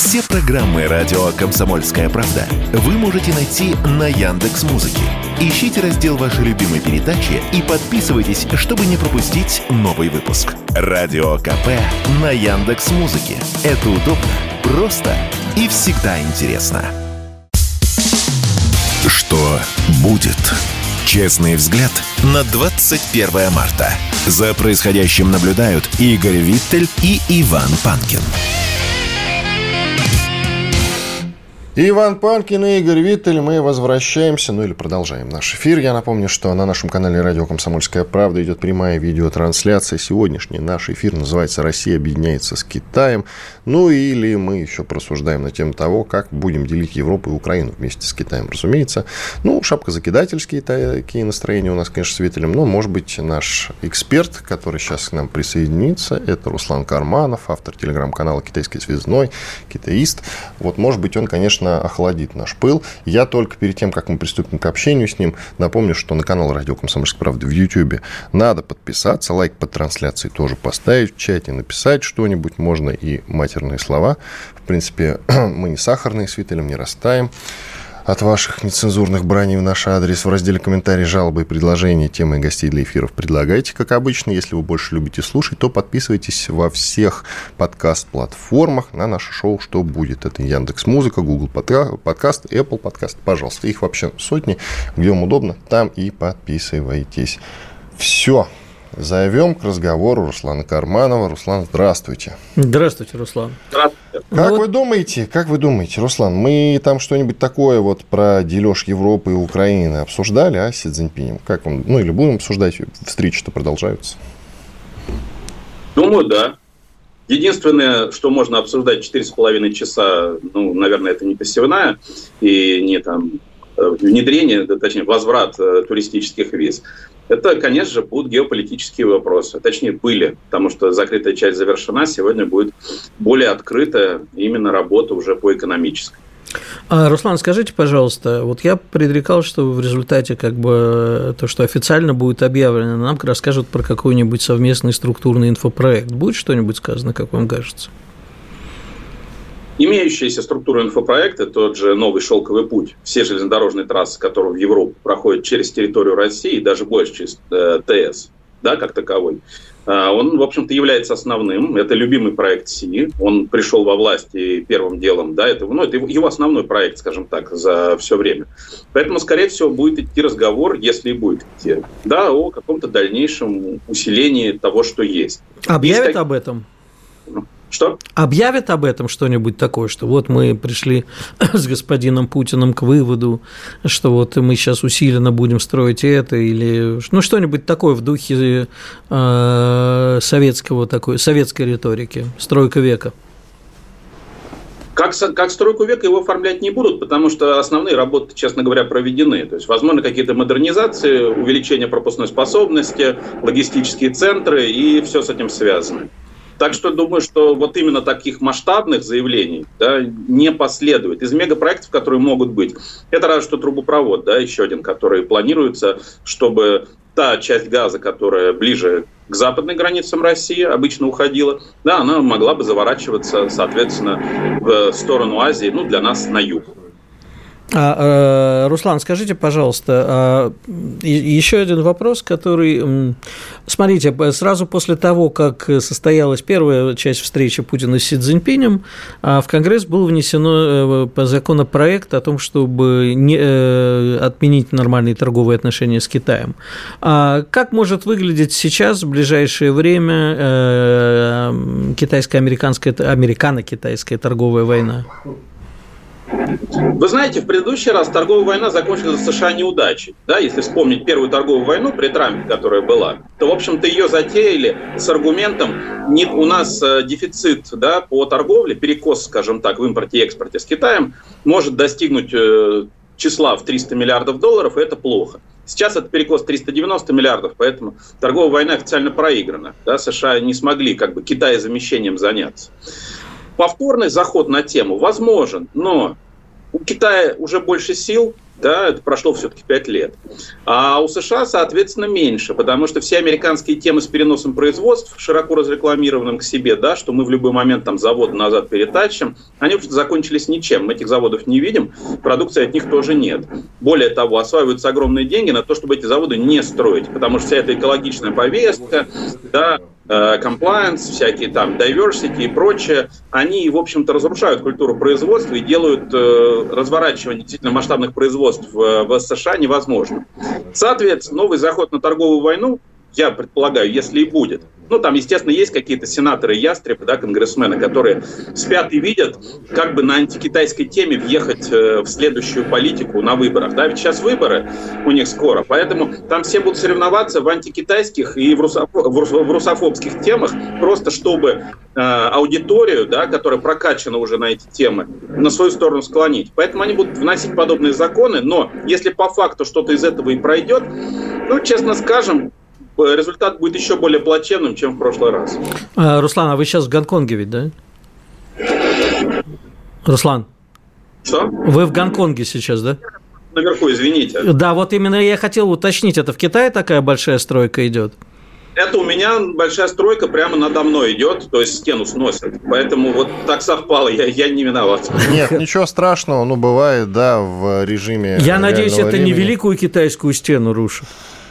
Все программы радио «Комсомольская правда» вы можете найти на Яндекс.Музыке. Ищите раздел вашей любимой передачи и подписывайтесь, чтобы не пропустить новый выпуск. Радио КП на Яндекс.Музыке. Это удобно, просто и всегда интересно. Что будет? Честный взгляд на 21 марта. За происходящим наблюдают Игорь Виттель и Иван Панкин. Иван Панкин и Игорь Виттель. Мы возвращаемся, или продолжаем наш эфир. Я напомню, что на нашем канале радио «Комсомольская правда» идет прямая видеотрансляция. Сегодняшний наш эфир называется «Россия объединяется с Китаем». Или мы еще просуждаем на тему того, как будем делить Европу и Украину вместе с Китаем, разумеется. Шапкозакидательские такие настроения у нас, конечно, с Виттелем. Но, может быть, наш эксперт, который сейчас к нам присоединится, это Руслан Карманов, автор телеграм-канала «Китайский связной», китаист. Может быть, он, конечно, охладит наш пыл. Я только перед тем, как мы приступим к общению с ним, напомню, что на канал радио «Комсомольская правда» в Ютьюбе надо подписаться, лайк под трансляцией тоже поставить, в чате написать что-нибудь, можно и матерные слова. В принципе, мы не сахарные с Виттелем, не растаем от ваших нецензурных браней в наш адрес. В разделе комментарии, жалобы и предложения, темы и гостей для эфиров предлагайте, как обычно. Если вы больше любите слушать, то подписывайтесь во всех подкаст-платформах на наше шоу «Что будет?». Это Яндекс.Музыка, Google Подкаст, Apple Подкаст. Пожалуйста, их вообще сотни. Где вам удобно, там и подписывайтесь. Все. Зовем к разговору Руслана Карманова. Руслан, здравствуйте. Здравствуйте, Руслан. Здравствуйте. Как вы думаете, Руслан, мы там что-нибудь такое про дележ Европы и Украины обсуждали, с Си Цзиньпинем? Как он, или будем обсуждать, встречи-то продолжаются? Думаю, да. Единственное, что можно обсуждать 4,5 часа, наверное, это не посевная и не внедрение, точнее, возврат туристических виз. Это, конечно же, будут геополитические вопросы. Точнее, были, потому что закрытая часть завершена. Сегодня будет более открытая именно работа уже по экономической. Руслан, скажите, пожалуйста, я предрекал, что в результате то, что официально будет объявлено, нам расскажут про какой-нибудь совместный структурный инфопроект. Будет что-нибудь сказано, как вам кажется? Имеющиеся структуры инфопроекта, тот же новый шелковый путь, все железнодорожные трассы, которые в Европу проходят через территорию России, даже больше через ТС, как таковой, он, в общем-то, является основным. Это любимый проект Си. Он пришел во власть и первым делом, это его основной проект, скажем так, за все время. Поэтому, скорее всего, будет идти разговор, если и будет идти, о каком-то дальнейшем усилении того, что есть. Объявят об этом? Что? Объявят об этом что-нибудь такое, что мы пришли с господином Путиным к выводу, что мы сейчас усиленно будем строить это, или что-нибудь такое в духе советской риторики, стройка века? Как стройку века его оформлять не будут, потому что основные работы, честно говоря, проведены. То есть, возможно, какие-то модернизации, увеличение пропускной способности, логистические центры и все с этим связано. Так что думаю, что именно таких масштабных заявлений не последует. Из мегапроектов, которые могут быть, это разве что трубопровод, еще один, который планируется, чтобы та часть газа, которая ближе к западным границам России обычно уходила, она могла бы заворачиваться, соответственно, в сторону Азии, для нас на юг. Руслан, скажите, пожалуйста, еще один вопрос, который... Смотрите, сразу после того, как состоялась первая часть встречи Путина с Си Цзиньпинем, в Конгресс был внесен законопроект о том, чтобы отменить нормальные торговые отношения с Китаем. Как может выглядеть сейчас, в ближайшее время, американо-китайская торговая война? Вы знаете, в предыдущий раз торговая война закончилась в США неудачей. Если вспомнить первую торговую войну при Трампе, которая была, то, в общем-то, ее затеяли с аргументом, у нас дефицит по торговле, перекос, скажем так, в импорте и экспорте с Китаем может достигнуть числа в $300 миллиардов, и это плохо. Сейчас это перекос 390 миллиардов, поэтому торговая война официально проиграна. США не смогли Китаезамещением заняться. Повторный заход на тему возможен, но у Китая уже больше сил, Да, это прошло все-таки 5 лет. А у США, соответственно, меньше, потому что все американские темы с переносом производств, широко разрекламированным к себе, да, что мы в любой момент там завод назад перетащим, они вообще закончились ничем. Мы этих заводов не видим, продукции от них тоже нет. Более того, осваиваются огромные деньги на то, чтобы эти заводы не строить, потому что вся эта экологичная повестка, да, compliance, всякие там diversity и прочее, они, в общем-то, разрушают культуру производства и делают разворачивание действительно масштабных производств в США невозможным. Соответственно, новый заход на торговую войну, я предполагаю, если и будет. Ну, там, естественно, есть какие-то сенаторы, ястребы, да, конгрессмены, которые спят и видят, как бы на антикитайской теме въехать в следующую политику на выборах. Да, ведь сейчас выборы у них скоро, поэтому там все будут соревноваться в антикитайских и в русофобских темах, просто чтобы аудиторию, да, которая прокачана уже на эти темы, на свою сторону склонить. Поэтому они будут вносить подобные законы, но если по факту что-то из этого и пройдет, ну, честно скажем, результат будет еще более плачевным, чем в прошлый раз. Руслан, а вы сейчас в Гонконге ведь, да? Руслан? Что? Вы в Гонконге сейчас, да? Наверху, извините. Да, вот именно я хотел уточнить, это в Китае такая большая стройка идет? Это у меня большая стройка прямо надо мной идет, то есть стену сносят. Поэтому вот так совпало, я не виноват. Нет, ничего страшного, ну, бывает, да, в режиме. Я надеюсь, это времени. не великую китайскую стену рушит.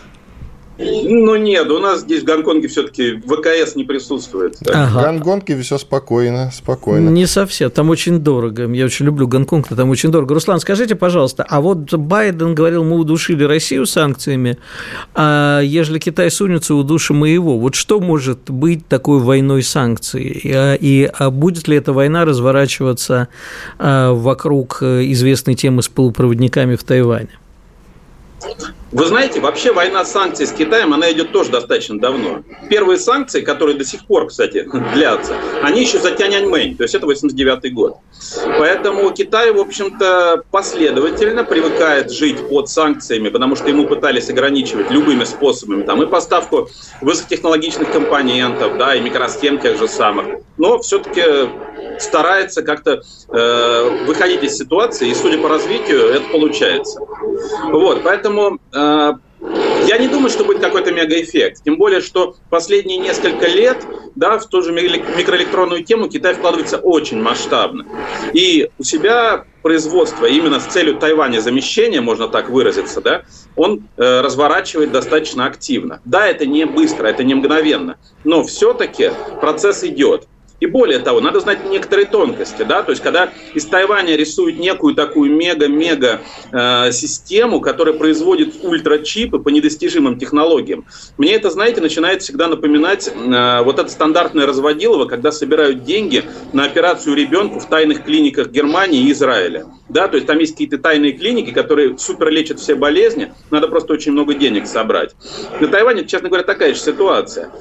Ну нет, у нас здесь в Гонконге все-таки ВКС не присутствует. Ага. В Гонконге все спокойно. Не совсем, там очень дорого. Я очень люблю Гонконг, там очень дорого. Руслан, скажите, пожалуйста, а вот Байден говорил, мы удушили Россию санкциями, а ежели Китай сунется, удушим мы его. Вот что может быть такой войной санкций? И будет ли эта война разворачиваться вокруг известной темы с полупроводниками в Тайване? Вы знаете, вообще война санкций с Китаем, она идет тоже достаточно давно. Первые санкции, которые до сих пор, кстати, длятся, они еще за Тяньаньмэнь, то есть это 89-й год. Поэтому Китай, в общем-то, последовательно привыкает жить под санкциями, потому что ему пытались ограничивать любыми способами, там, и поставку высокотехнологичных компонентов, да, и микросхем тех же самых. Но все-таки старается как-то выходить из ситуации, и, судя по развитию, это получается. Вот, поэтому я не думаю, что будет какой-то мегаэффект. Тем более, что последние несколько лет, да, в ту же микроэлектронную тему Китай вкладывается очень масштабно. И у себя производство именно с целью Тайваня замещения, можно так выразиться, да, он разворачивает достаточно активно. Да, это не быстро, это не мгновенно, но все-таки процесс идет. И более того, надо знать некоторые тонкости, да, то есть когда из Тайваня рисуют некую такую мега-мега систему, которая производит ультрачипы по недостижимым технологиям, мне это, знаете, начинает всегда напоминать вот это стандартное разводилово, когда собирают деньги на операцию ребенку в тайных клиниках Германии и Израиля, да, то есть там есть какие-то тайные клиники, которые супер лечат все болезни, надо просто очень много денег собрать. На Тайване, честно говоря, такая же ситуация.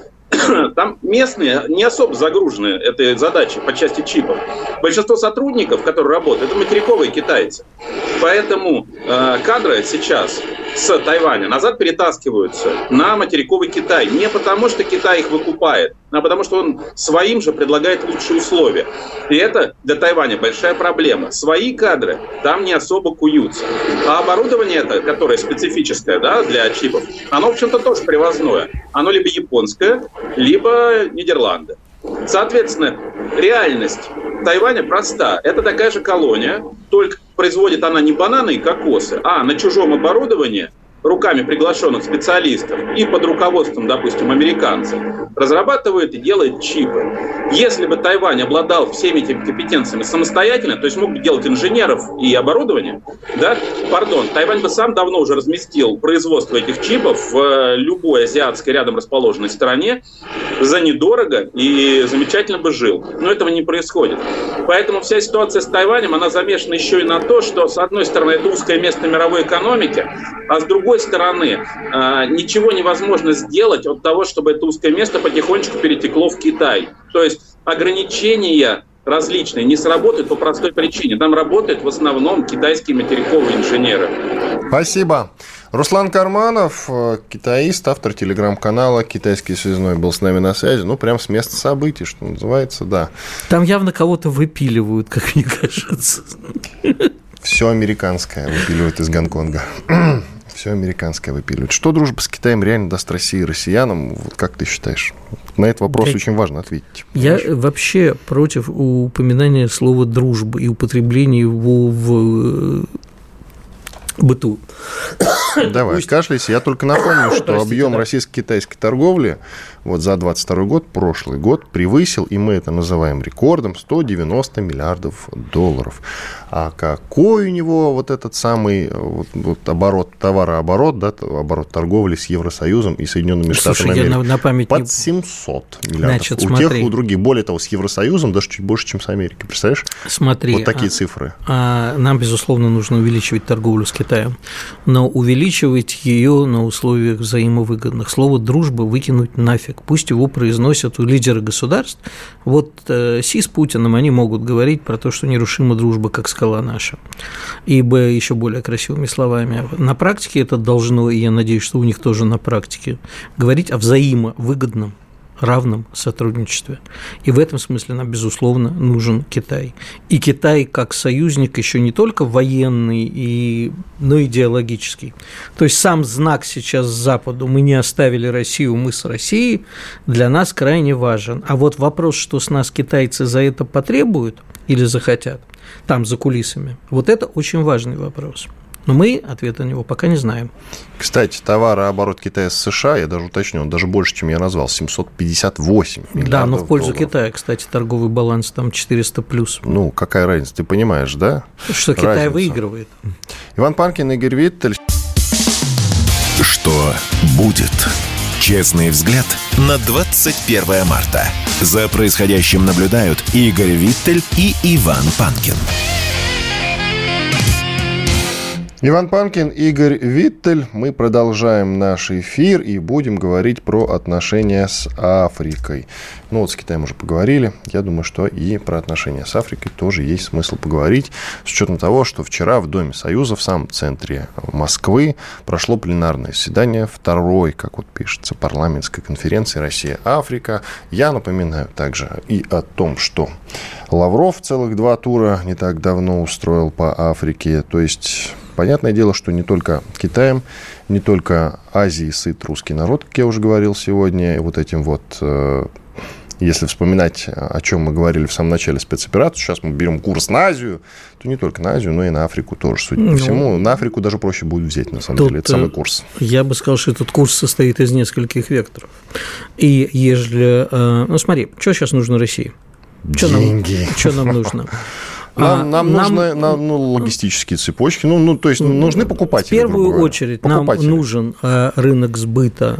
Там местные не особо загружены этой задачей по части чипов. Большинство сотрудников, которые работают, это материковые китайцы. Поэтому кадры сейчас с Тайваня назад перетаскиваются на материковый Китай. Не потому, что Китай их выкупает, а потому, что он своим же предлагает лучшие условия. И это для Тайваня большая проблема. Свои кадры там не особо куются. А оборудование это, которое специфическое, да, для чипов, оно, в общем-то, тоже привозное. Оно либо японское, либо Нидерланды. Соответственно, реальность Тайваня проста. Это такая же колония, только производит она не бананы и кокосы, а на чужом оборудовании, руками приглашенных специалистов и под руководством, допустим, американцев, разрабатывает и делает чипы. Если бы Тайвань обладал всеми этими компетенциями самостоятельно, то есть мог бы делать инженеров и оборудование, да, Тайвань бы сам давно уже разместил производство этих чипов в любой азиатской рядом расположенной стране за недорого и замечательно бы жил. Но этого не происходит. Поэтому вся ситуация с Тайванем, она замешана еще и на то, что, с одной стороны, это узкое место мировой экономики, а с другой стороны, ничего невозможно сделать от того, чтобы это узкое место потихонечку перетекло в Китай. То есть ограничения различные не сработают по простой причине. Там работают в основном китайские материковые инженеры. Спасибо. Руслан Карманов, китаист, автор телеграм-канала «Китайский связной», был с нами на связи. Ну, прям с места событий, что называется, да. Там явно кого-то выпиливают, как мне кажется. Все американское выпиливают из Гонконга. Все американское выпиливают. Что дружба с Китаем реально даст России и россиянам? Вот как ты считаешь? На этот вопрос очень важно ответить. Я вообще против упоминания слова «дружба» и употребления его в быту. Давай, кашляйся. Я только напомню, что объем российско-китайской торговли вот за 2022 год, прошлый год, превысил, и мы это называем рекордом, $190 миллиардов. А какой у него вот этот самый вот оборот, товарооборот, да, оборот торговли с Евросоюзом и Соединенными Штатами Америки? На память под 700 миллиардов. Значит, у тех, у других. Более того, с Евросоюзом даже чуть больше, чем с Америкой. Представляешь? Смотри. Вот такие цифры. Нам, безусловно, нужно увеличивать торговлю с Китаем, но увеличивать ее на условиях взаимовыгодных. Слово «дружба» выкинуть нафиг. Пусть его произносят лидеры государств. Вот Си с Путиным, они могут говорить про то, что нерушима дружба, как скала наша. И Б еще более красивыми словами. На практике это должно, и я надеюсь, что у них тоже на практике, говорить о взаимовыгодном, равном сотрудничестве. И в этом смысле нам, безусловно, нужен Китай. И Китай как союзник еще не только военный, но и идеологический. То есть сам знак сейчас Западу «мы не оставили Россию, мы с Россией» для нас крайне важен. А вот вопрос, что с нас китайцы за это потребуют или захотят, там за кулисами, вот это очень важный вопрос. Но мы ответа на него пока не знаем. Кстати, товарооборот Китая с США, я даже уточню, он даже больше, чем я назвал, 758 миллиардов. Да, но в пользу долларов. Китая, кстати, торговый баланс там 400 плюс. Ну, какая разница, ты понимаешь, да? Что Китай выигрывает. Иван Панкин, Игорь Виттель. Что будет? Честный взгляд на 21 марта. За происходящим наблюдают Игорь Виттель и Иван Панкин. Иван Панкин, Игорь Виттель. Мы продолжаем наш эфир и будем говорить про отношения с Африкой. Ну вот с Китаем уже поговорили. Я думаю, что и про отношения с Африкой тоже есть смысл поговорить. С учетом того, что вчера в Доме Союза, в самом центре Москвы, прошло пленарное заседание второй, как вот пишется, парламентской конференции «Россия-Африка». Я напоминаю также и о том, что Лавров целых 2 тура не так давно устроил по Африке. То есть понятное дело, что не только Китаем, не только Азией сыт русский народ, как я уже говорил сегодня, и вот этим вот, если вспоминать, о чем мы говорили в самом начале спецоперации, сейчас мы берем курс на Азию, то не только на Азию, но и на Африку тоже, судя по всему. На Африку даже проще будет взять, на самом деле, это самый курс. Я бы сказал, что этот курс состоит из нескольких векторов. И ежели... Ну, смотри, что сейчас нужно России? Деньги. Что нам нужно? Нам нужны логистические цепочки, то есть нужны покупатели. В первую очередь нам нужен рынок сбыта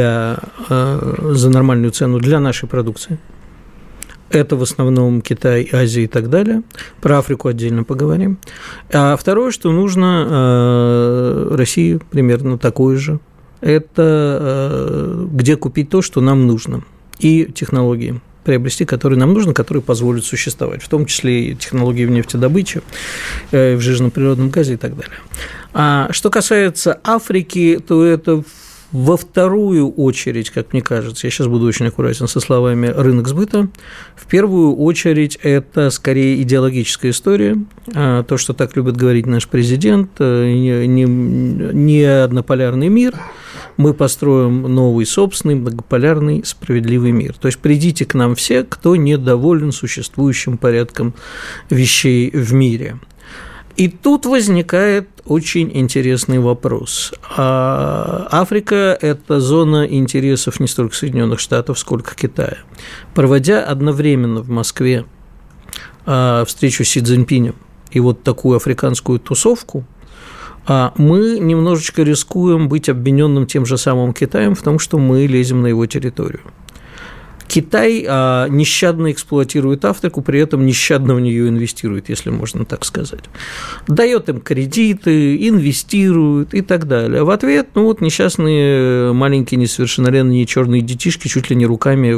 за нормальную цену для нашей продукции. Это в основном Китай, Азия и так далее. Про Африку отдельно поговорим. А второе, что нужно России примерно такое же. Это где купить то, что нам нужно, и технологии приобрести, которые нам нужны, которые позволят существовать, в том числе и технологии в нефтедобыче, в жирном природном газе и так далее. А что касается Африки, то это во вторую очередь, как мне кажется, я сейчас буду очень аккуратен со словами «рынок сбыта», в первую очередь это скорее идеологическая история, то, что так любит говорить наш президент, не однополярный мир, мы построим новый, собственный, многополярный, справедливый мир. То есть придите к нам все, кто недоволен существующим порядком вещей в мире. И тут возникает очень интересный вопрос. Африка – это зона интересов не столько Соединенных Штатов, сколько Китая. Проводя одновременно в Москве встречу с Си Цзиньпинем и вот такую африканскую тусовку, мы немножечко рискуем быть обвиненным тем же самым Китаем в том, что мы лезем на его территорию. Китай нещадно эксплуатирует Африку, при этом нещадно в нее инвестирует, если можно так сказать. Дает им кредиты, инвестирует и так далее. В ответ, несчастные маленькие несовершеннолетние черные детишки чуть ли не руками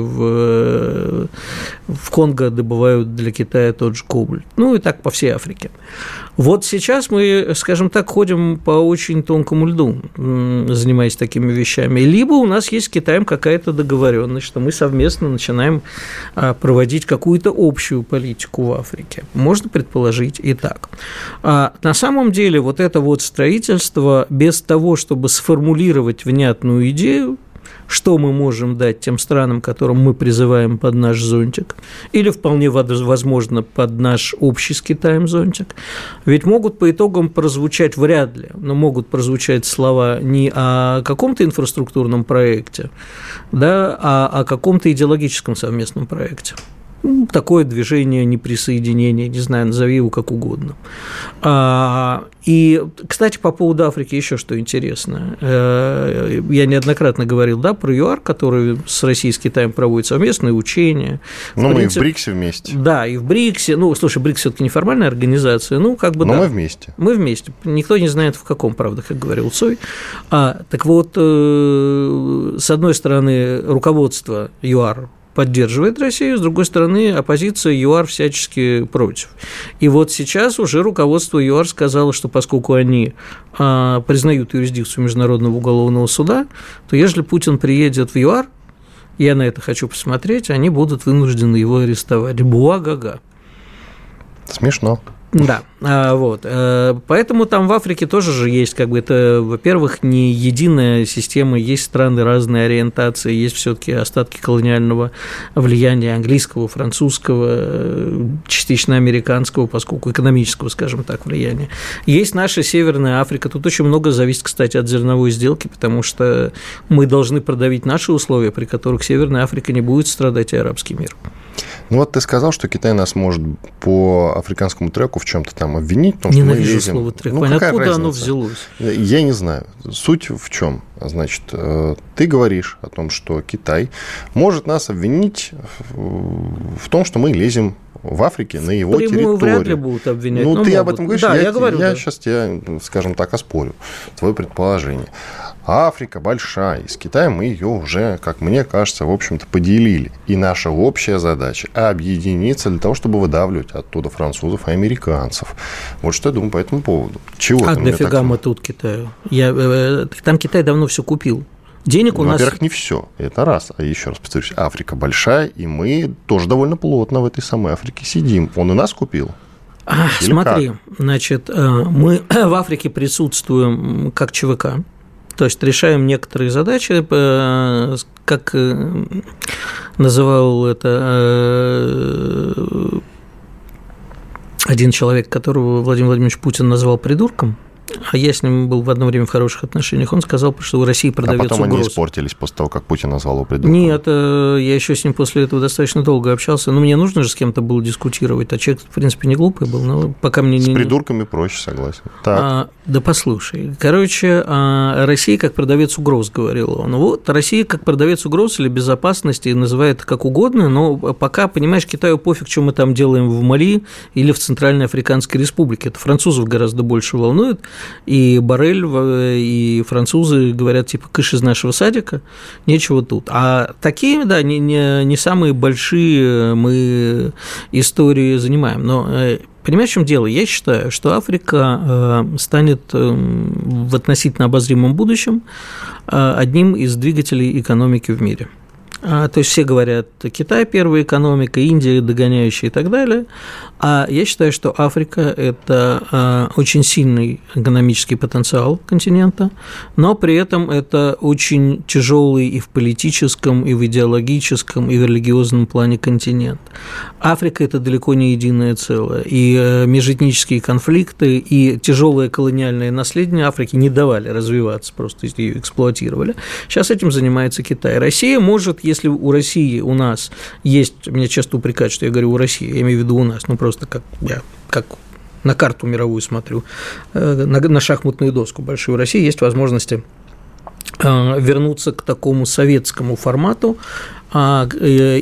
в Конго добывают для Китая тот же кобальт. И так по всей Африке. Вот сейчас мы, скажем так, ходим по очень тонкому льду, занимаясь такими вещами. Либо у нас есть с Китаем какая-то договоренность, что мы совместно начинаем проводить какую-то общую политику в Африке. Можно предположить и так. На самом деле вот это вот строительство без того, чтобы сформулировать внятную идею, что мы можем дать тем странам, которым мы призываем под наш зонтик, или вполне возможно под наш общий с Китаем зонтик, ведь могут по итогам прозвучать, вряд ли, но могут прозвучать слова не о каком-то инфраструктурном проекте, да, а о каком-то идеологическом совместном проекте. Такое движение неприсоединения, не знаю, назови его как угодно. И, кстати, по поводу Африки еще что интересно. Я неоднократно говорил, да, про ЮАР, который с Россией и с Китаем проводит совместные учения. Ну, мы и в БРИКСе вместе. Да, и в БРИКСе. Ну, слушай, БРИКС все-таки неформальная организация. Ну, как бы, но да. мы вместе. Мы вместе. Никто не знает, в каком, правда, как говорил Цой. Так вот, с одной стороны, руководство ЮАР поддерживает Россию, с другой стороны, оппозиция ЮАР всячески против. И вот сейчас уже руководство ЮАР сказало, что поскольку они признают юрисдикцию Международного уголовного суда, то если Путин приедет в ЮАР, я на это хочу посмотреть, они будут вынуждены его арестовать. Буа-га-га. Смешно. Да, вот. Поэтому там в Африке тоже же есть, как бы, это, во-первых, не единая система, есть страны разной ориентации, есть все-таки остатки колониального влияния английского, французского, частично американского, поскольку экономического, скажем так, влияния. Есть наша Северная Африка, тут очень много зависит, кстати, от зерновой сделки, потому что мы должны продавить наши условия, при которых Северная Африка не будет страдать, и арабский мир. Ну вот ты сказал, что Китай нас может по африканскому треку в чем-то там обвинить, потому что ненавижу мы лезем... слово трек. Ну, откуда разница? Оно взялось? Я не знаю. Суть в чем? Значит, ты говоришь о том, что Китай может нас обвинить в том, что мы лезем в Африке на его территории. Вряд ли будут обвинять. Ну, ты могут. об этом говоришь, да, я говорю, сейчас тебя, скажем так, оспорю твое предположение. Африка большая, и с Китаем мы ее уже, как мне кажется, в общем-то, поделили. И наша общая задача – объединиться для того, чтобы выдавливать оттуда французов и американцев. Вот что я думаю по этому поводу. Чего а дофига мы тут Китаю? Там Китай давно все купил. Денег у нас... Во-первых, не все. Это раз. А еще раз повторюсь, Африка большая, и мы тоже довольно плотно в этой самой Африке сидим. Он и нас купил. Смотри, как? Значит, мы в Африке присутствуем как ЧВК. То есть решаем некоторые задачи, как называл это один человек, которого Владимир Владимирович Путин назвал придурком, а я с ним был в одно время в хороших отношениях, он сказал, что у России продавец угроз. А потом они испортились после того, как Путин назвал его придурком? Нет, я еще с ним после этого достаточно долго общался. Но мне нужно же с кем-то было дискутировать, а человек, в принципе, не глупый был, но пока мне не... С придурками проще, согласен. Так. Да послушай, короче, Россия как продавец угроз, говорил он. Вот, Россия как продавец угроз или безопасности, называет это как угодно, но пока, понимаешь, Китаю пофиг, что мы там делаем в Мали или в Центральной Африканской Республике. Это французов гораздо больше волнует. И Боррель, и французы говорят, типа, кыш из нашего садика, нечего тут. А такие, да, не самые большие мы истории занимаем. Но, понимаешь, в чем дело? Я считаю, что Африка станет в относительно обозримом будущем одним из двигателей экономики в мире. То есть все говорят, Китай первая экономика, Индия догоняющая и так далее. А я считаю, что Африка – это очень сильный экономический потенциал континента, но при этом это очень тяжелый и в политическом, и в идеологическом, и в религиозном плане континент. Африка – это далеко не единое целое. И межэтнические конфликты, и тяжелое колониальное наследие Африки не давали развиваться, просто ее эксплуатировали. Сейчас этим занимается Китай. Россия может, если у России, у нас есть, меня часто упрекают, что я говорю у России, я имею в виду у нас, ну просто как я как на карту мировую смотрю, на шахматную доску большую, у России есть возможности вернуться к такому советскому формату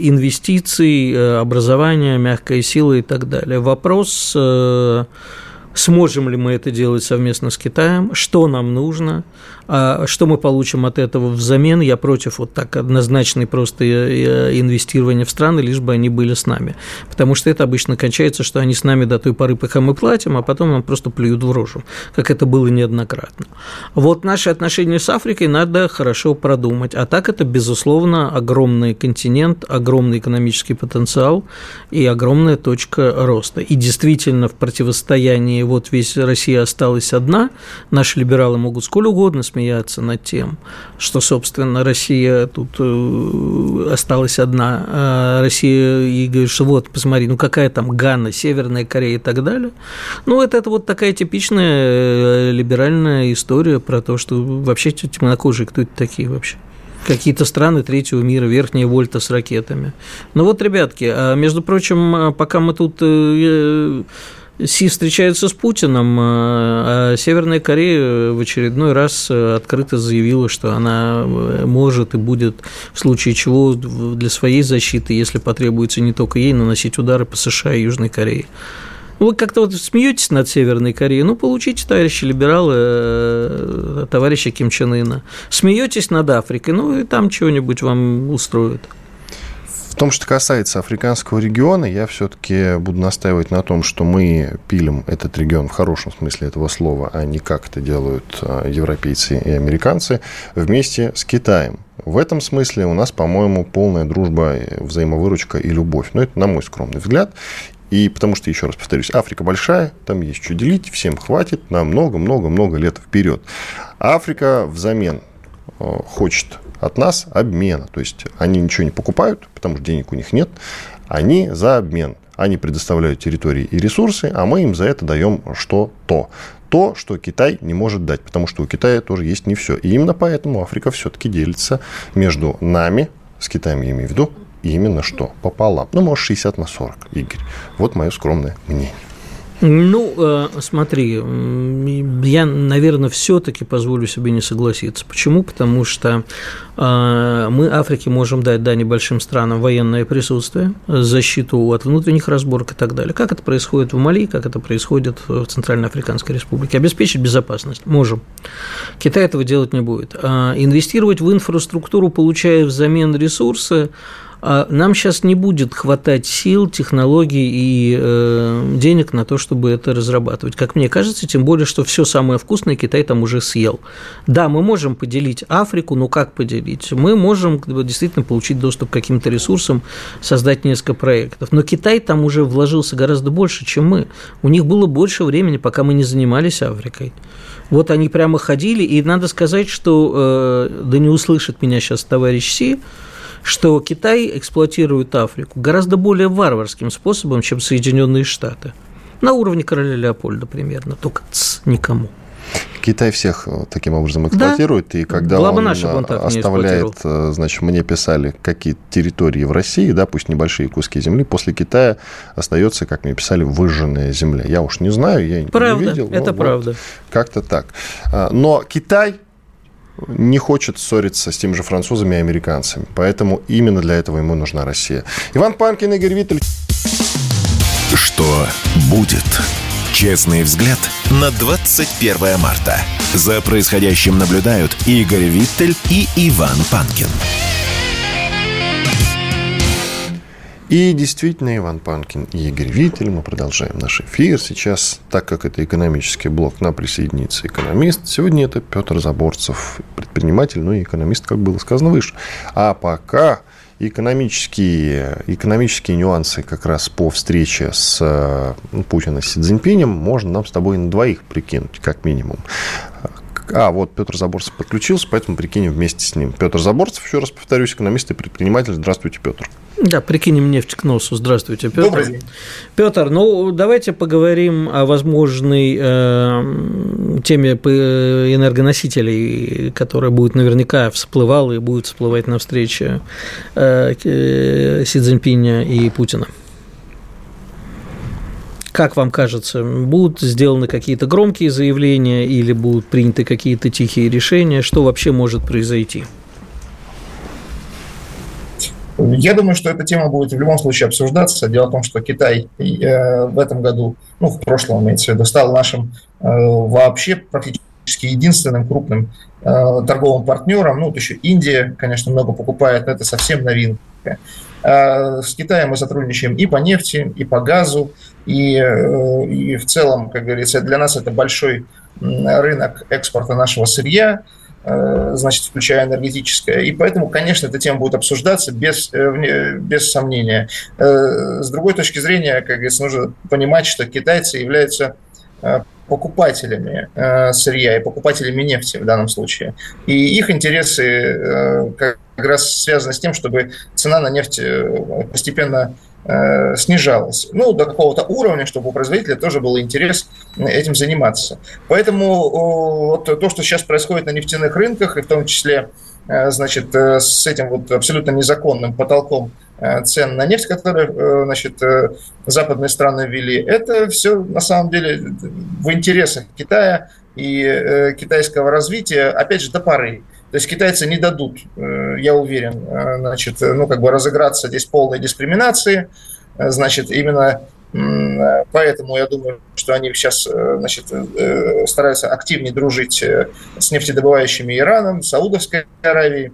инвестиций, образования, мягкой силы и так далее. Вопрос сможем ли мы это делать совместно с Китаем, что нам нужно, что мы получим от этого взамен. Я против вот так однозначной просто инвестирования в страны, лишь бы они были с нами. Потому что это обычно кончается, что они с нами до той поры, пока мы платим, а потом нам просто плюют в рожу, как это было неоднократно. Вот наши отношения с Африкой надо хорошо продумать. А так это, безусловно, огромный континент, огромный экономический потенциал и огромная точка роста. И действительно в противостоянии вот весь Россия осталась одна, наши либералы могут сколь угодно смеяться над тем, что, собственно, Россия тут осталась одна, а Россия и говорит, что вот, посмотри, ну какая там Гана, Северная Корея и так далее. Ну, это вот такая типичная либеральная история про то, что вообще темнокожие, кто это такие вообще? Какие-то страны третьего мира, Верхняя Вольта с ракетами. Ну вот, ребятки, между прочим, пока мы тут Си встречается с Путиным, а Северная Корея в очередной раз открыто заявила, что она может и будет в случае чего для своей защиты, если потребуется не только ей, наносить удары по США и Южной Корее. Вы как-то вот смеетесь над Северной Кореей, ну, получите, товарищи либералы, товарища Ким Чен Ына. Смеетесь над Африкой, ну, и там чего-нибудь вам устроит. В том, что касается африканского региона, я все-таки буду настаивать на том, что мы пилим этот регион в хорошем смысле этого слова, а не как это делают европейцы и американцы, вместе с Китаем. В этом смысле у нас, по-моему, полная дружба, взаимовыручка и любовь. Но это на мой скромный взгляд. И потому что, еще раз повторюсь, Африка большая, там есть что делить, всем хватит на много-много-много лет вперед. Африка взамен хочет от нас обмена. То есть они ничего не покупают, потому что денег у них нет. Они за обмен. Они предоставляют территории и ресурсы, а мы им за это даем что-то. То, что Китай не может дать, потому что у Китая тоже есть не все. И именно поэтому Африка все-таки делится между нами, с Китаем я имею в виду, именно что? Пополам. Ну, может, 60/40, Игорь. Вот мое скромное мнение. Ну, смотри, я, наверное, все-таки позволю себе не согласиться. Почему? Потому что мы Африке можем дать, да, небольшим странам военное присутствие, защиту от внутренних разборок и так далее. Как это происходит в Мали, как это происходит в Центральноафриканской Республике. Обеспечить безопасность можем. Китай этого делать не будет. Инвестировать в инфраструктуру, получая взамен ресурсы, нам сейчас не будет хватать сил, технологий и денег на то, чтобы это разрабатывать. Как мне кажется, тем более, что все самое вкусное Китай там уже съел. Да, мы можем поделить Африку, но как поделить? Мы можем действительно получить доступ к каким-то ресурсам, создать несколько проектов. Но Китай там уже вложился гораздо больше, чем мы. У них было больше времени, пока мы не занимались Африкой. Вот они прямо ходили, и надо сказать, что, да не услышит меня сейчас товарищ Си, что Китай эксплуатирует Африку гораздо более варварским способом, чем Соединенные Штаты. На уровне короля Леопольда примерно, только никому. Китай всех таким образом эксплуатирует, да. И когда он оставляет, значит, мне писали какие-то территории в России, да, пусть небольшие куски земли, после Китая остается, как мне писали, выжженная земля. Я уж не знаю, я не видел. Это правда. Вот, как-то так. Но Китай не хочет ссориться с теми же французами и американцами. Поэтому именно для этого ему нужна Россия. Иван Панкин, Игорь Виттель. Что будет? Честный взгляд на 21 марта. За происходящим наблюдают Игорь Виттель и Иван Панкин. И действительно, Иван Панкин и Игорь Виттель. Мы продолжаем наш эфир. Сейчас, так как это экономический блок, нам присоединится экономист. Сегодня это Петр Заборцев, предприниматель, ну и экономист, как было сказано выше. А пока экономические нюансы как раз по встрече с Путиным, с Си Цзиньпинем можно нам с тобой на двоих прикинуть, как минимум. Вот Петр Заборцев подключился, поэтому прикинем вместе с ним. Петр Заборцев, еще раз повторюсь, экономист и предприниматель. Здравствуйте, Петр. Да, прикинем нефть к носу. Здравствуйте, Петр. Добрый день. Петр, ну давайте поговорим о возможной теме энергоносителей, которая будет наверняка всплывала и будет всплывать на встрече Си Цзиньпиня и Путина. Как вам кажется, будут сделаны какие-то громкие заявления или будут приняты какие-то тихие решения? Что вообще может произойти? Я думаю, что эта тема будет в любом случае обсуждаться. Дело в том, что Китай в этом году, в прошлом, имеется в виду, стал нашим вообще практически единственным крупным торговым партнером. Вот еще Индия, конечно, много покупает, но это совсем новинка. С Китаем мы сотрудничаем и по нефти, и по газу, и в целом, как говорится, для нас это большой рынок экспорта нашего сырья, значит, включая энергетическое. И поэтому, конечно, эта тема будет обсуждаться без сомнения. С другой точки зрения, как говорится, нужно понимать, что китайцы являются покупателями сырья и покупателями нефти в данном случае. И их интересы как раз связаны с тем, чтобы цена на нефть постепенно снижалась. До какого-то уровня, чтобы у производителя тоже был интерес этим заниматься. Поэтому то, что сейчас происходит на нефтяных рынках, и в том числе, значит, с этим абсолютно незаконным потолком цен на нефть, которые, значит, западные страны ввели, это все на самом деле в интересах Китая и китайского развития, опять же, до поры. То есть китайцы не дадут, я уверен, значит, разыграться здесь полной дискриминации. Значит, именно поэтому я думаю, что они сейчас, значит, стараются активнее дружить с нефтедобывающими Ираном, Саудовской Аравией.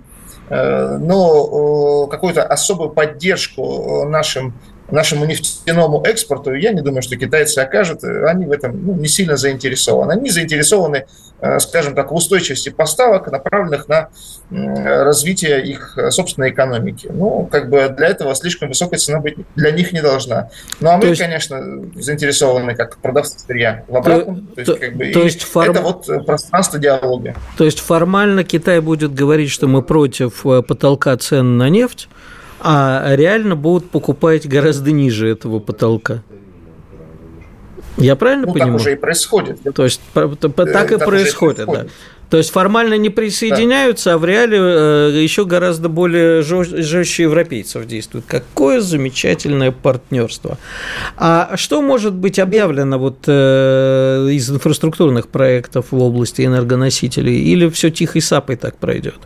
Но какую-то особую поддержку нашему нефтяному экспорту, я не думаю, что китайцы окажут. Они в этом не сильно заинтересованы. Они заинтересованы, скажем так, в устойчивости поставок, направленных на развитие их собственной экономики. Для этого слишком высокая цена быть для них не должна. А мы, конечно, заинтересованы как продавцы сырья в обратном. Это пространство диалога. То есть формально Китай будет говорить, что мы против потолка цен на нефть, а реально будут покупать гораздо ниже этого потолка. Я правильно понимаю? Так уже и происходит. То есть так и происходит, да. То есть формально не присоединяются, да, а в реале еще гораздо более жестче европейцев действуют. Какое замечательное партнерство. А что может быть объявлено из инфраструктурных проектов в области энергоносителей? Или все тихой сапой так пройдет?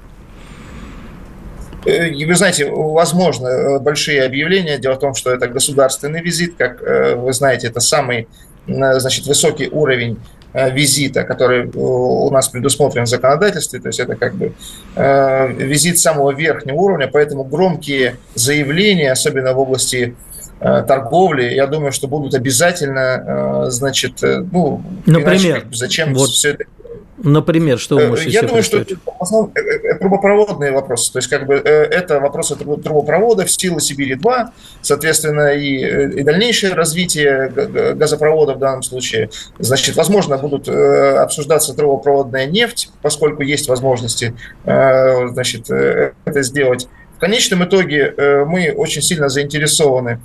Вы знаете, возможно, большие объявления. Дело в том, что это государственный визит. Как вы знаете, это самый, значит, высокий уровень визита, который у нас предусмотрен в законодательстве. То есть это визит самого верхнего уровня. Поэтому громкие заявления, особенно в области торговли, я думаю, что будут обязательно, значит, например, зачем все это. Например, что вы можете себе представить? Я думаю, что в основном трубопроводные вопросы. То есть, это вопросы трубопроводов, силы Сибири-2, соответственно, и дальнейшее развитие газопровода в данном случае. Значит, возможно, будут обсуждаться трубопроводная нефть, поскольку есть возможности, значит, это сделать. В конечном итоге мы очень сильно заинтересованы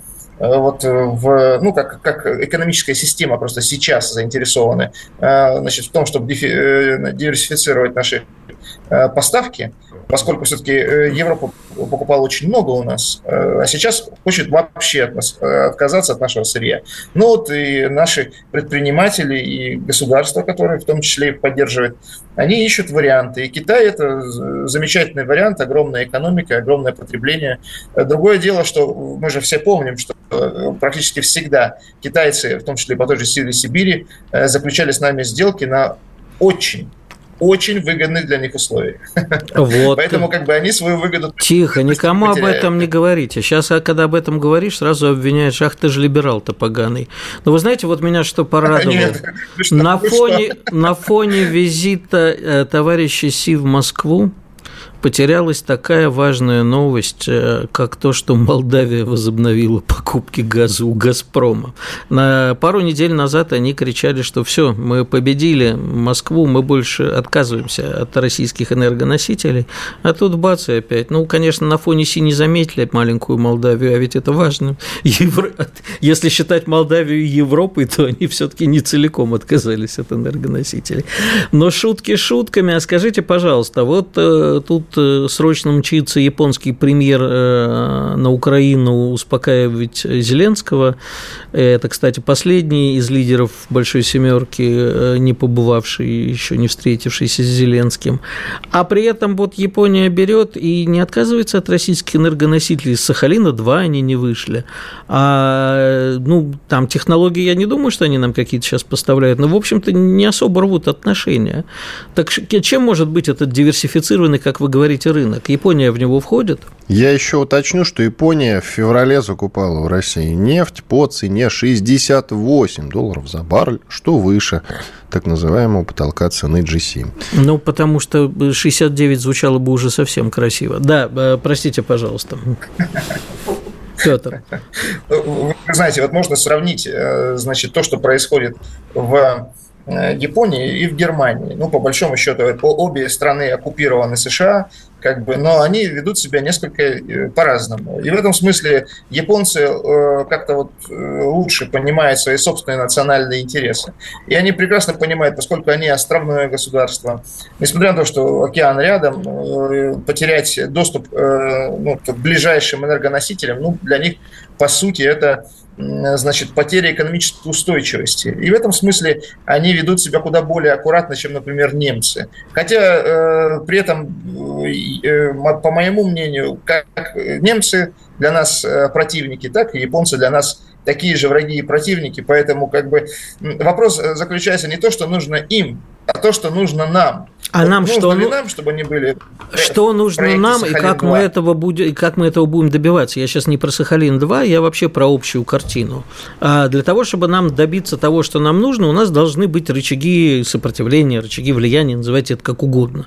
как экономическая система просто сейчас заинтересованы, значит, в том, чтобы диверсифицировать наши поставки, поскольку все-таки Европа покупала очень много у нас, а сейчас хочет вообще отказаться от нашего сырья. И наши предприниматели и государства, которые в том числе их поддерживают, они ищут варианты. И Китай – это замечательный вариант, огромная экономика, огромное потребление. Другое дело, что мы же все помним, что практически всегда китайцы, в том числе по той же силе Сибири, заключали с нами сделки на очень выгодных для них условиях. Поэтому они свою выгоду... Тихо, никому об этом не говорите. Сейчас, когда об этом говоришь, сразу обвиняешь, ах ты же либерал-то поганый. Но вы знаете, меня что порадовало? На фоне визита товарища Си в Москву потерялась такая важная новость, как то, что Молдавия возобновила покупки газа у «Газпрома». Пару недель назад они кричали, что все, мы победили Москву, мы больше отказываемся от российских энергоносителей, а тут бац и опять. Конечно, на фоне Си не заметили маленькую Молдавию, а ведь это важно. Если считать Молдавию Европой, то они все-таки не целиком отказались от энергоносителей. Но шутки шутками, а скажите, пожалуйста, тут срочно мчится японский премьер на Украину успокаивать Зеленского. Это, кстати, последний из лидеров Большой Семерки, не побывавший, еще не встретившийся с Зеленским. А при этом вот Япония берет и не отказывается от российских энергоносителей. Из Сахалина-2 они не вышли. Там технологии, я не думаю, что они нам какие-то сейчас поставляют, но, в общем-то, не особо рвут отношения. Так чем может быть этот диверсифицированный, как вы говорите, рынок? Япония в него входит? Я еще уточню, что Япония в феврале закупала в России нефть по цене $68 за баррель, что выше так называемого потолка цены G7. Потому что 69 звучало бы уже совсем красиво. Да, простите, пожалуйста. Петр. Вы знаете, вот можно сравнить, значит, то, что происходит в Японии и в Германии. По большому счету, обе страны оккупированы США, но они ведут себя несколько по-разному. И в этом смысле японцы как-то лучше понимают свои собственные национальные интересы. И они прекрасно понимают, поскольку они островное государство, несмотря на то, что океан рядом, потерять доступ к ближайшим энергоносителям, для них, по сути, это потеря экономической устойчивости. И в этом смысле они ведут себя куда более аккуратно, чем, например, немцы. Хотя при этом, по моему мнению, как немцы для нас противники, так и японцы для нас такие же враги и противники. Поэтому вопрос заключается не то, что нужно им, а то, что нужно нам. А нам нужно что? Ли нам, чтобы они были? Что нужно нам и как мы этого будем добиваться? Я сейчас не про Сахалин-2, я вообще про общую картину. А для того, чтобы нам добиться того, что нам нужно, у нас должны быть рычаги сопротивления, рычаги влияния, называйте это как угодно.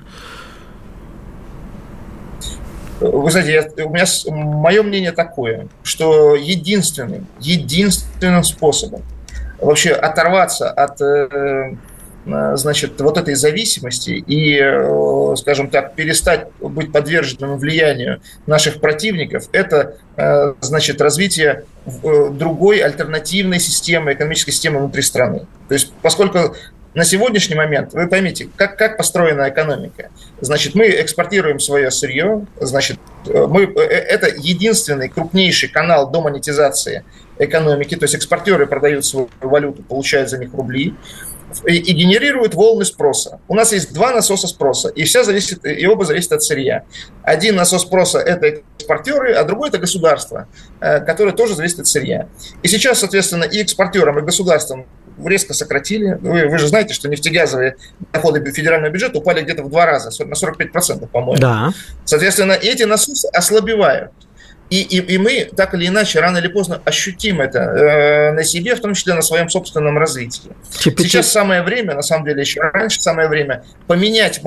Вы знаете, мое мнение такое, что единственным способом вообще оторваться от этой зависимости и, скажем так, перестать быть подверженным влиянию наших противников, это, развитие другой альтернативной системы, экономической системы внутри страны. То есть, поскольку на сегодняшний момент, вы поймите, как построена экономика. Мы экспортируем свое сырье, это единственный крупнейший канал до монетизации экономики, то есть экспортеры продают свою валюту, получают за них рубли, и генерируют волны спроса. У нас есть два насоса спроса, и оба зависят от сырья. Один насос спроса – это экспортеры, а другой – это государство, которое тоже зависит от сырья. И сейчас, соответственно, и экспортерам, и государствам резко сократили. Вы же знаете, что нефтегазовые доходы федерального бюджета упали где-то в 2 раза, на 45%, по-моему. Да. Соответственно, эти насосы ослабевают. И мы так или иначе, рано или поздно ощутим это на себе, в том числе на своем собственном развитии. Сейчас самое время, на самом деле еще раньше самое время, поменять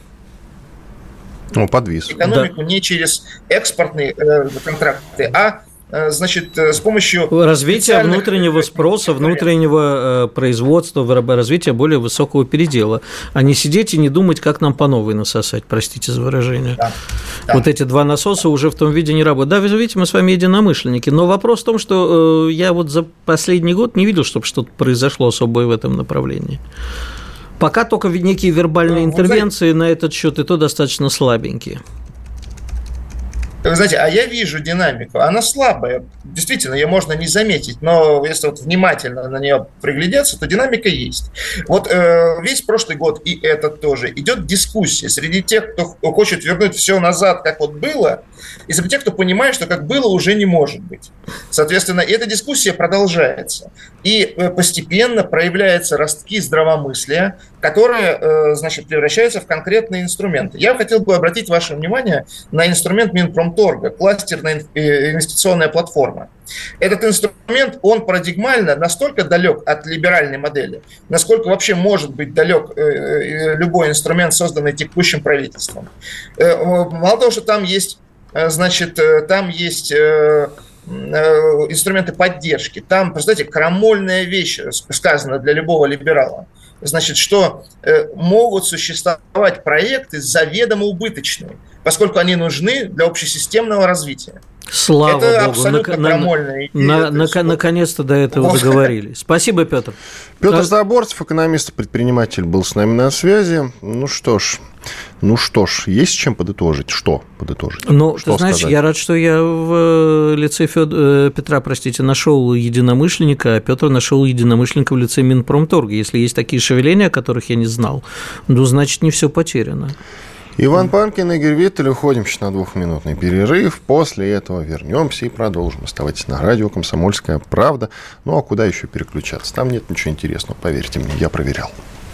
экономику не через экспортные контракты, а с помощью развития внутреннего спроса, внутреннего производства, развития более высокого передела, а не сидеть и не думать, как нам по новой насосать, простите за выражение. Да. Вот эти два насоса уже в том виде не работают. Да, вы видите, мы с вами единомышленники, но вопрос в том, что я за последний год не видел, чтобы что-то произошло особое в этом направлении. Пока только некие вербальные интервенции на этот счет, и то достаточно слабенькие. Вы знаете, а я вижу динамику, она слабая, действительно, ее можно не заметить, но если внимательно на нее приглядеться, то динамика есть. Весь прошлый год и этот тоже идет дискуссия среди тех, кто хочет вернуть все назад, как было, и среди тех, кто понимает, что как было, уже не может быть. Соответственно, эта дискуссия продолжается, и постепенно проявляются ростки здравомыслия, которые, превращаются в конкретные инструменты. Я хотел бы обратить ваше внимание на инструмент Минпромторга, кластерная инвестиционная платформа. Этот инструмент, он парадигмально настолько далек от либеральной модели, насколько вообще может быть далек любой инструмент, созданный текущим правительством. Мало того, что там есть, инструменты поддержки, там, представьте, крамольная вещь сказана для любого либерала. Что могут существовать проекты заведомо убыточные, поскольку они нужны для общесистемного развития. Слава это Богу, абсолютно крамольная идея. Наконец-то до этого договорились. Спасибо, Петр. Петр Заборцев, экономист и предприниматель, был с нами на связи. Ну что ж, Ну что ж, есть с чем подытожить? Что подытожить? Ну, что ты знаешь, сказать? я рад, что я в лице Петра, нашел единомышленника, а Петр нашел единомышленника в лице Минпромторга. Если есть такие шевеления, о которых я не знал, ну, значит, не все потеряно. Иван Панкин, Игорь Виттель. Уходим сейчас на 2-минутный перерыв. После этого вернемся и продолжим. Оставайтесь на радио «Комсомольская правда». Ну, а куда еще переключаться? Там нет ничего интересного, поверьте мне, я проверял.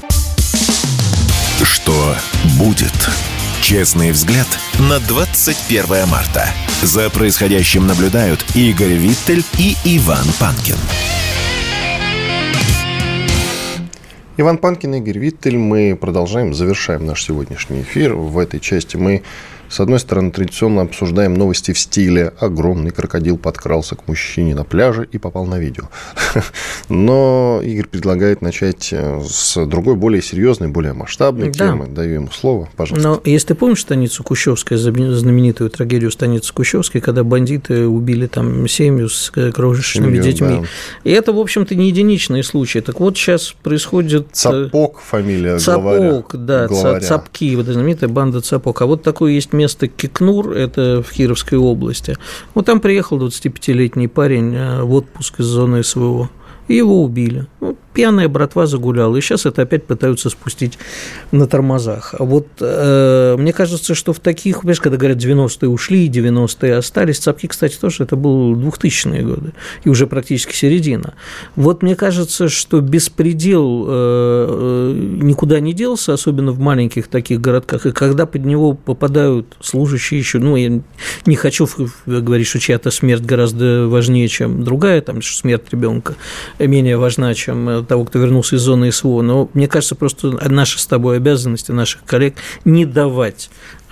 Что будет? Честный взгляд на 21 марта. За происходящим наблюдают Игорь Виттель и Иван Панкин. Иван Панкин, Игорь Виттель. Мы завершаем наш сегодняшний эфир. В этой части мы, с одной стороны, традиционно обсуждаем новости в стиле «огромный крокодил подкрался к мужчине на пляже и попал на видео». Но Игорь предлагает начать с другой, более серьезной, более масштабной темы. Даю ему слово, пожалуйста. Но если ты помнишь станицу Кущевская, знаменитую трагедию станицы Кущевской, когда бандиты убили там семью с крошечными детьми. Да. И это, в общем-то, не единичные случаи. Так вот, сейчас происходит... Цапок, фамилия Цапок, да, Цапки, вот знаменитая банда Цапок. А вот такое есть место Кикнур, это в Кировской области. Вот там приехал 25-летний парень в отпуск из зоны СВО, и его убили. Ну, пьяная братва загуляла, и сейчас это опять пытаются спустить на тормозах. А вот мне кажется, что в таких, понимаешь, когда говорят, 90-е ушли, 90-е остались, Цапки, кстати, тоже это был 2000-е годы, и уже практически середина. Вот мне кажется, что беспредел никуда не делся, особенно в маленьких таких городках, и когда под него попадают служащие еще, ну, я не хочу говорить, что чья-то смерть гораздо важнее, чем другая, там, смерть ребенка менее важна, чем того, кто вернулся из зоны СВО. Но мне кажется, просто наша с тобой обязанность, наших коллег, не давать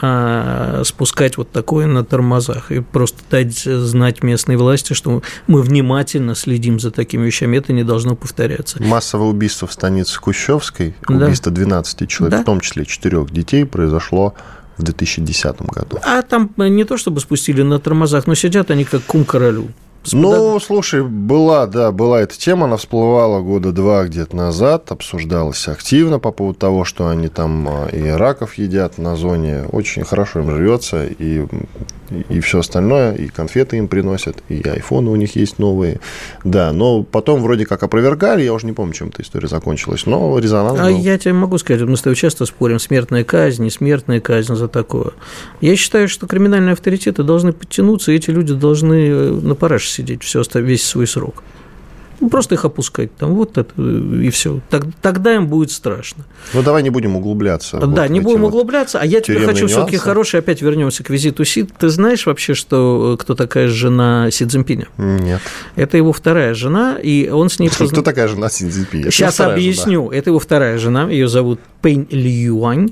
спускать вот такое на тормозах и просто дать знать местной власти, что мы внимательно следим за такими вещами, это не должно повторяться. Массовое убийство в станице Кущевской, убийство 12 человек, в том числе 4 детей, произошло в 2010 году. А там не то чтобы спустили на тормозах, но сидят они как кум королю. Ну, слушай, была эта тема, она всплывала 2 года где-то назад, обсуждалась активно по поводу того, что они там и раков едят на зоне, очень хорошо им живется, и все остальное, и конфеты им приносят, и айфоны у них есть новые, да, но потом вроде как опровергали, я уже не помню, чем эта история закончилась, но резонанс был. Я тебе могу сказать, мы с тобой часто спорим, смертная казнь, не смертная казнь за такое. Я считаю, что криминальные авторитеты должны подтянуться, и эти люди должны на параше сидеть весь свой срок. Просто их опускать там, вот это, и все. Тогда им будет страшно. Ну, давай не будем углубляться. Да, не будем углубляться. А я теперь хочу все-таки хороший, опять вернемся к визиту Си. Ты знаешь вообще, кто такая жена Си Цзиньпиня? Нет. Это его вторая жена, и он с ней... Кто такая жена Си Цзиньпиня? Сейчас объясню. Это его вторая жена, ее зовут Пэнь Льюань.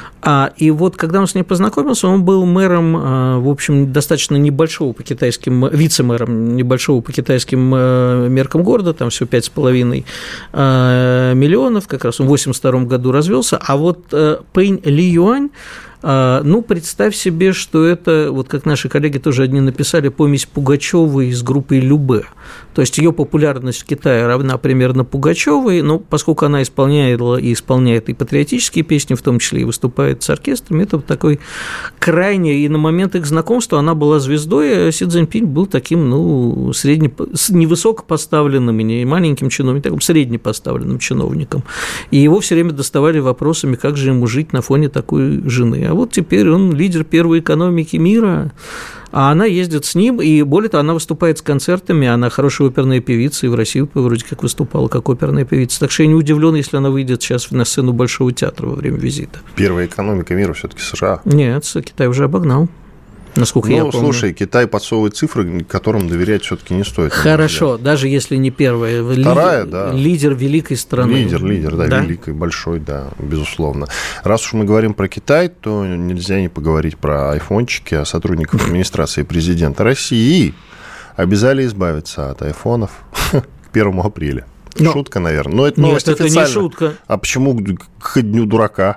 И вот, когда он с ней познакомился, он был мэром, в общем, достаточно небольшого по китайским, вице-мэром небольшого по китайским меркам города, там все 5,5 миллионов, как раз он в 1982 году развелся, а вот Пэнь Льюань, ну, представь себе, что это, вот как наши коллеги тоже одни написали, помесь Пугачёвой с группой Любэ. То есть ее популярность в Китае равна примерно Пугачёвой, но поскольку она исполняет и патриотические песни, в том числе и выступает с оркестрами, это такой крайне, и на момент их знакомства она была звездой, а Си Цзиньпинь был таким, ну, невысокопоставленным и не маленьким чиновником, таким среднепоставленным чиновником. И его все время доставали вопросами, как же ему жить на фоне такой жены. А вот теперь он лидер первой экономики мира, а она ездит с ним, и более того, она выступает с концертами, она хорошая оперная певица, и в России вроде как выступала как оперная певица. Так что я не удивлен, если она выйдет сейчас на сцену Большого театра во время визита. Первая экономика мира все-таки США. Нет, Китай уже обогнал. Насколько я помню. Слушай, Китай подсовывает цифры, которым доверять все-таки не стоит. Хорошо, даже если не первая. Вторая, да. Лидер великой страны. Лидер, да, великой, большой, да, безусловно. Раз уж мы говорим про Китай, то нельзя не поговорить про айфончики, а сотрудников администрации президента России обязали избавиться от айфонов к 1 апреля. Шутка, наверное. Но это новость официально. Нет, это не шутка. А почему к дню дурака?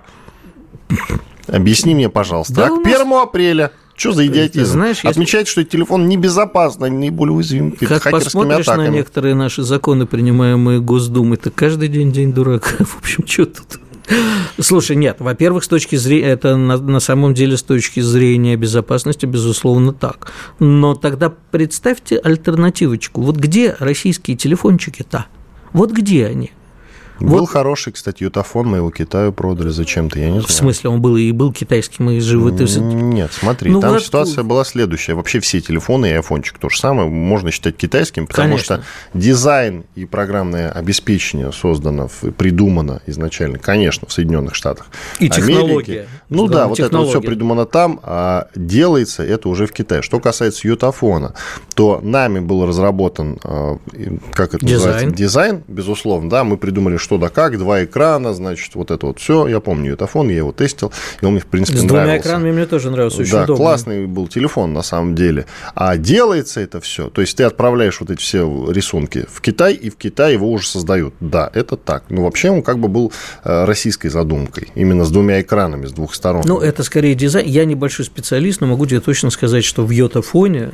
Объясни мне, пожалуйста. Да, к 1 апреля... Что за идиотизм? Знаешь, отмечать, что телефон небезопасный, наиболее уязвим перед хакерскими атаками. Как посмотришь на некоторые наши законы, принимаемые Госдумой, то каждый день дурака. В общем, что тут? Слушай, нет, во-первых, с точки зрения, это на самом деле с точки зрения безопасности, безусловно, так. Но тогда представьте альтернативочку. Вот где российские телефончики-то? Вот где они? Был хороший, кстати, ютафон, мы его Китаю продали зачем-то, я не знаю. В смысле, он был и был китайский, мы же... Нет, смотри, там вот ситуация была следующая. Вообще все телефоны и айфончик то же самое можно считать китайским, потому что дизайн и программное обеспечение создано, придумано изначально, конечно, в Соединенных Штатах и технология. Ну да, вот это вот все придумано там, а делается это уже в Китае. Что касается ютафона, то нами был разработан, как это называется? Дизайн, безусловно, да, мы придумали, что да как, 2 экрана, значит, вот это вот все. Я помню ютафон, я его тестил, и он мне, в принципе, нравился. С 2 экранами мне тоже нравился, очень удобно. Да, классный был телефон, на самом деле. А делается это все, то есть ты отправляешь вот эти все рисунки в Китай, и в Китае его уже создают. Да, это так. Но вообще он как бы был российской задумкой, именно с 2 экранами, с 2 сторон. Ну, это скорее дизайн. Я небольшой специалист, но могу тебе точно сказать, что в йотафоне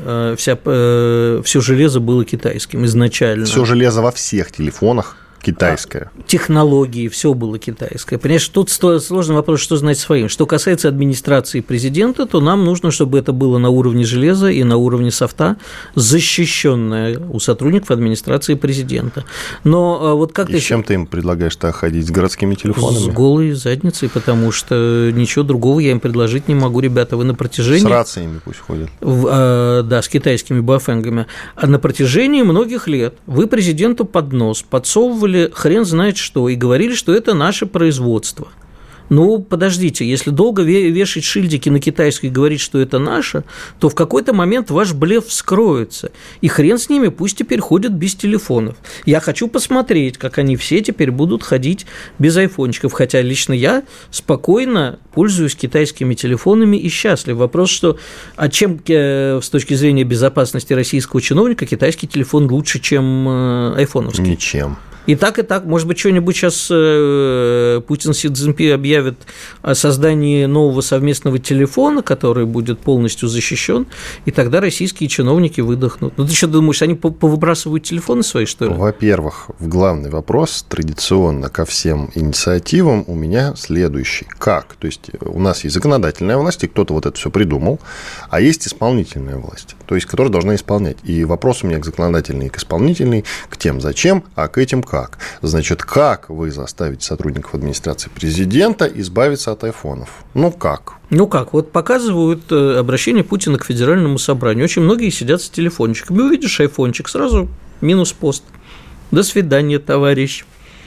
все железо было китайским изначально. Все железо во всех телефонах китайское. Технологии, все было китайское. Понимаешь, тут сложный вопрос, что знать своим. Что касается администрации президента, то нам нужно, чтобы это было на уровне железа и на уровне софта, защищенное у сотрудников администрации президента. Но вот как и с чем ты им предлагаешь так ходить? С городскими телефонами? С голой задницей, потому что ничего другого я им предложить не могу. Ребята, вы на протяжении... С рациями пусть ходят. Да, с китайскими бафенгами. А на протяжении многих лет вы президенту под нос подсовывали хрен знает что, и говорили, что это наше производство. Ну, подождите, если долго вешать шильдики на китайской и говорить, что это наше, то в какой-то момент ваш блеф вскроется, и хрен с ними, пусть теперь ходят без телефонов. Я хочу посмотреть, как они все теперь будут ходить без айфончиков, хотя лично я спокойно пользуюсь китайскими телефонами и счастлив. Вопрос, что, а чем с точки зрения безопасности российского чиновника китайский телефон лучше, чем айфоновский? Ничем. И так, может быть, что-нибудь сейчас Путин Си Цзиньпин объявит о создании нового совместного телефона, который будет полностью защищен, и тогда российские чиновники выдохнут. Ну, ты что думаешь, они повыбрасывают телефоны свои, что ли? Во-первых, главный вопрос традиционно ко всем инициативам у меня следующий. Как? То есть у нас есть законодательная власть, и кто-то вот это все придумал, а есть исполнительная власть, то есть которая должна исполнять. И вопрос у меня к законодательной и к исполнительной, к тем зачем, а к этим как. Значит, как вы заставите сотрудников администрации президента избавиться от айфонов? Ну, как? Ну, как? Вот показывают обращение Путина к Федеральному собранию. Очень многие сидят с телефончиками. Увидишь айфончик, сразу минус пост. До свидания, товарищ.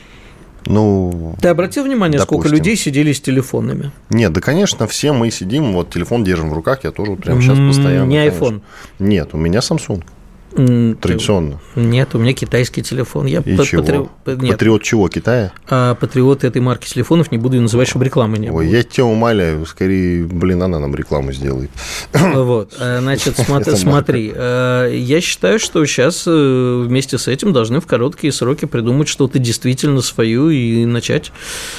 Ну, ты обратил внимание, допустим, сколько людей сидели с телефонами? Нет, да, конечно, все мы сидим, вот телефон держим в руках, я тоже прямо сейчас постоянно. Не iPhone? Нет, у меня Samsung. Традиционно. Нет, у меня китайский телефон. Я чего? Патриот чего, Китая? Патриот этой марки телефонов, не буду ее называть, чтобы рекламы не было. Ой, я тебя умоляю, скорее, она нам рекламу сделает. Вот, значит, смотри, я считаю, что сейчас вместе с этим должны в короткие сроки придумать что-то действительно свое и начать...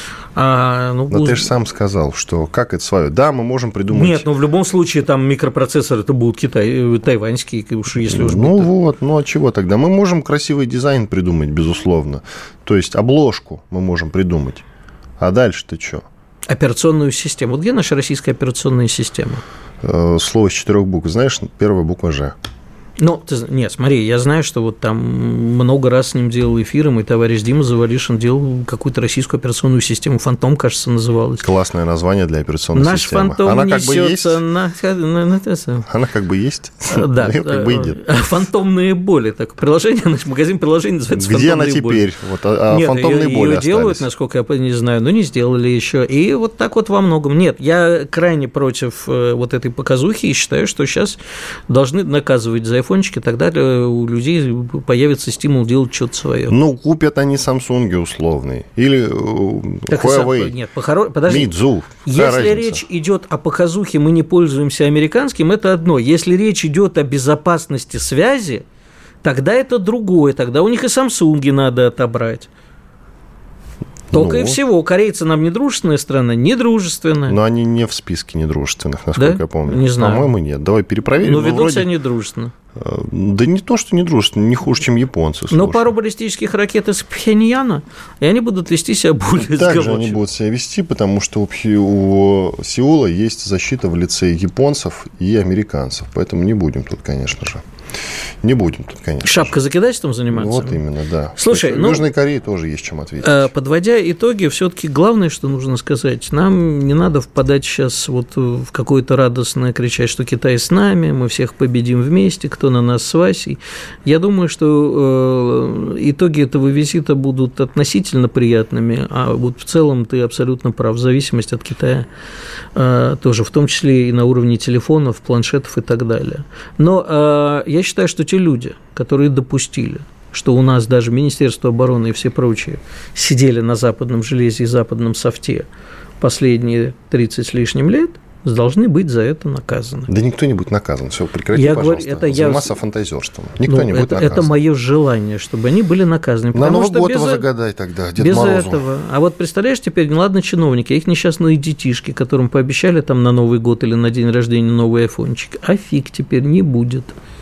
Но ты же сам сказал, что как это свое. Да, мы можем придумать... Нет, но в любом случае там микропроцессоры это будут тайваньские, если уж... Ну вот, ну а чего тогда? Мы можем красивый дизайн придумать, безусловно. То есть обложку мы можем придумать. А дальше-то что? Операционную систему. Вот где наша российская операционная система? Слово с 4 букв. Знаешь, первая буква «Ж». Ну, нет, смотри, я знаю, что вот там много раз с ним делал эфиры, мой товарищ Дима Завалишин делал какую-то российскую операционную систему, «Фантом», кажется, называлась. Классное название для операционной системы. Наш «Фантом» она несется Она как бы есть, да, как бы и нет. «Фантомные боли», так, приложение, магазин приложений называется «Фантомные боли». Где она теперь? Вот, «Фантомные боли» ее делают, насколько я не знаю, но не сделали еще. И вот так вот во многом. Нет, я крайне против вот этой показухи и считаю, что сейчас должны наказывать за айфончики, тогда у людей появится стимул делать что-то свое. Ну, купят они Samsung условные. Или Huawei. Нет, подожди. Meizu. Если речь идет о показухе, мы не пользуемся американским, это одно. Если речь идет о безопасности связи, тогда это другое. Тогда у них и Samsung надо отобрать. Только и всего. Корейцы нам недружественная страна, недружественная. Но они не в списке недружественных, насколько я помню. Не знаю. По-моему, нет. Давай перепроверим. Но ведут себя недружественно. Да не то, что не дружественны, не хуже, чем японцы. Слушай. Но пару баллистических ракет из Пхеньяна, и они будут вести себя более так же они будут себя вести, потому что у Сеула есть защита в лице японцев и американцев. Поэтому не будем тут, конечно же. Не будем тут, конечно. Шапкозакидательством заниматься? Вот именно, да. Слушай, в Южной Корее тоже есть чем ответить. Подводя итоги, все-таки главное, что нужно сказать, нам не надо впадать сейчас вот в какое-то радостное кричать, что Китай с нами, мы всех победим вместе, кто на нас с Васей. Я думаю, что итоги этого визита будут относительно приятными, а вот в целом ты абсолютно прав, зависимость от Китая тоже, в том числе и на уровне телефонов, планшетов и так далее. Но я считаю, что те люди, которые допустили, что у нас даже Министерство обороны и все прочие сидели на западном железе и западном софте последние 30 с лишним лет, должны быть за это наказаны. Да никто не будет наказан. Все, прекрати, пожалуйста. Заниматься фантазерством. Никто не будет наказан. Это мое желание, чтобы они были наказаны. На Новый год его загадай тогда, Дед Морозу. Без этого. А вот представляешь, теперь, ладно, чиновники, их несчастные детишки, которым пообещали там на Новый год или на день рождения новый айфончик, а фиг теперь не будет.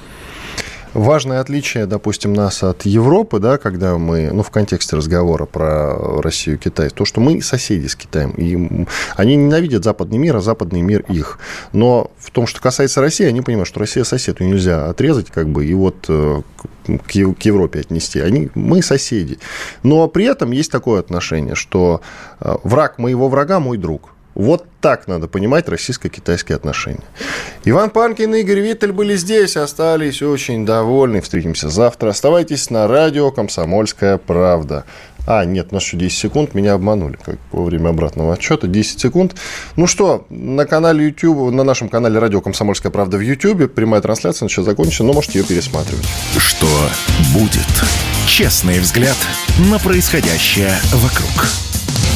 Важное отличие, допустим, нас от Европы, да, когда мы, в контексте разговора про Россию и Китай, то, что мы соседи с Китаем, и они ненавидят западный мир, а западный мир их. Но в том, что касается России, они понимают, что Россия сосед, ее нельзя отрезать, и вот к Европе отнести. Мы соседи. Но при этом есть такое отношение, что враг моего врага – мой друг. Вот так надо понимать российско-китайские отношения. Иван Панкин и Игорь Виттель были здесь, остались очень довольны. Встретимся завтра. Оставайтесь на радио «Комсомольская правда». Нет, у нас еще 10 секунд. Меня обманули во время обратного отсчета. 10 секунд. Ну что, на канале YouTube, на нашем канале радио «Комсомольская правда» в YouTube прямая трансляция сейчас закончена, но можете ее пересматривать. Что будет? Честный взгляд на происходящее вокруг.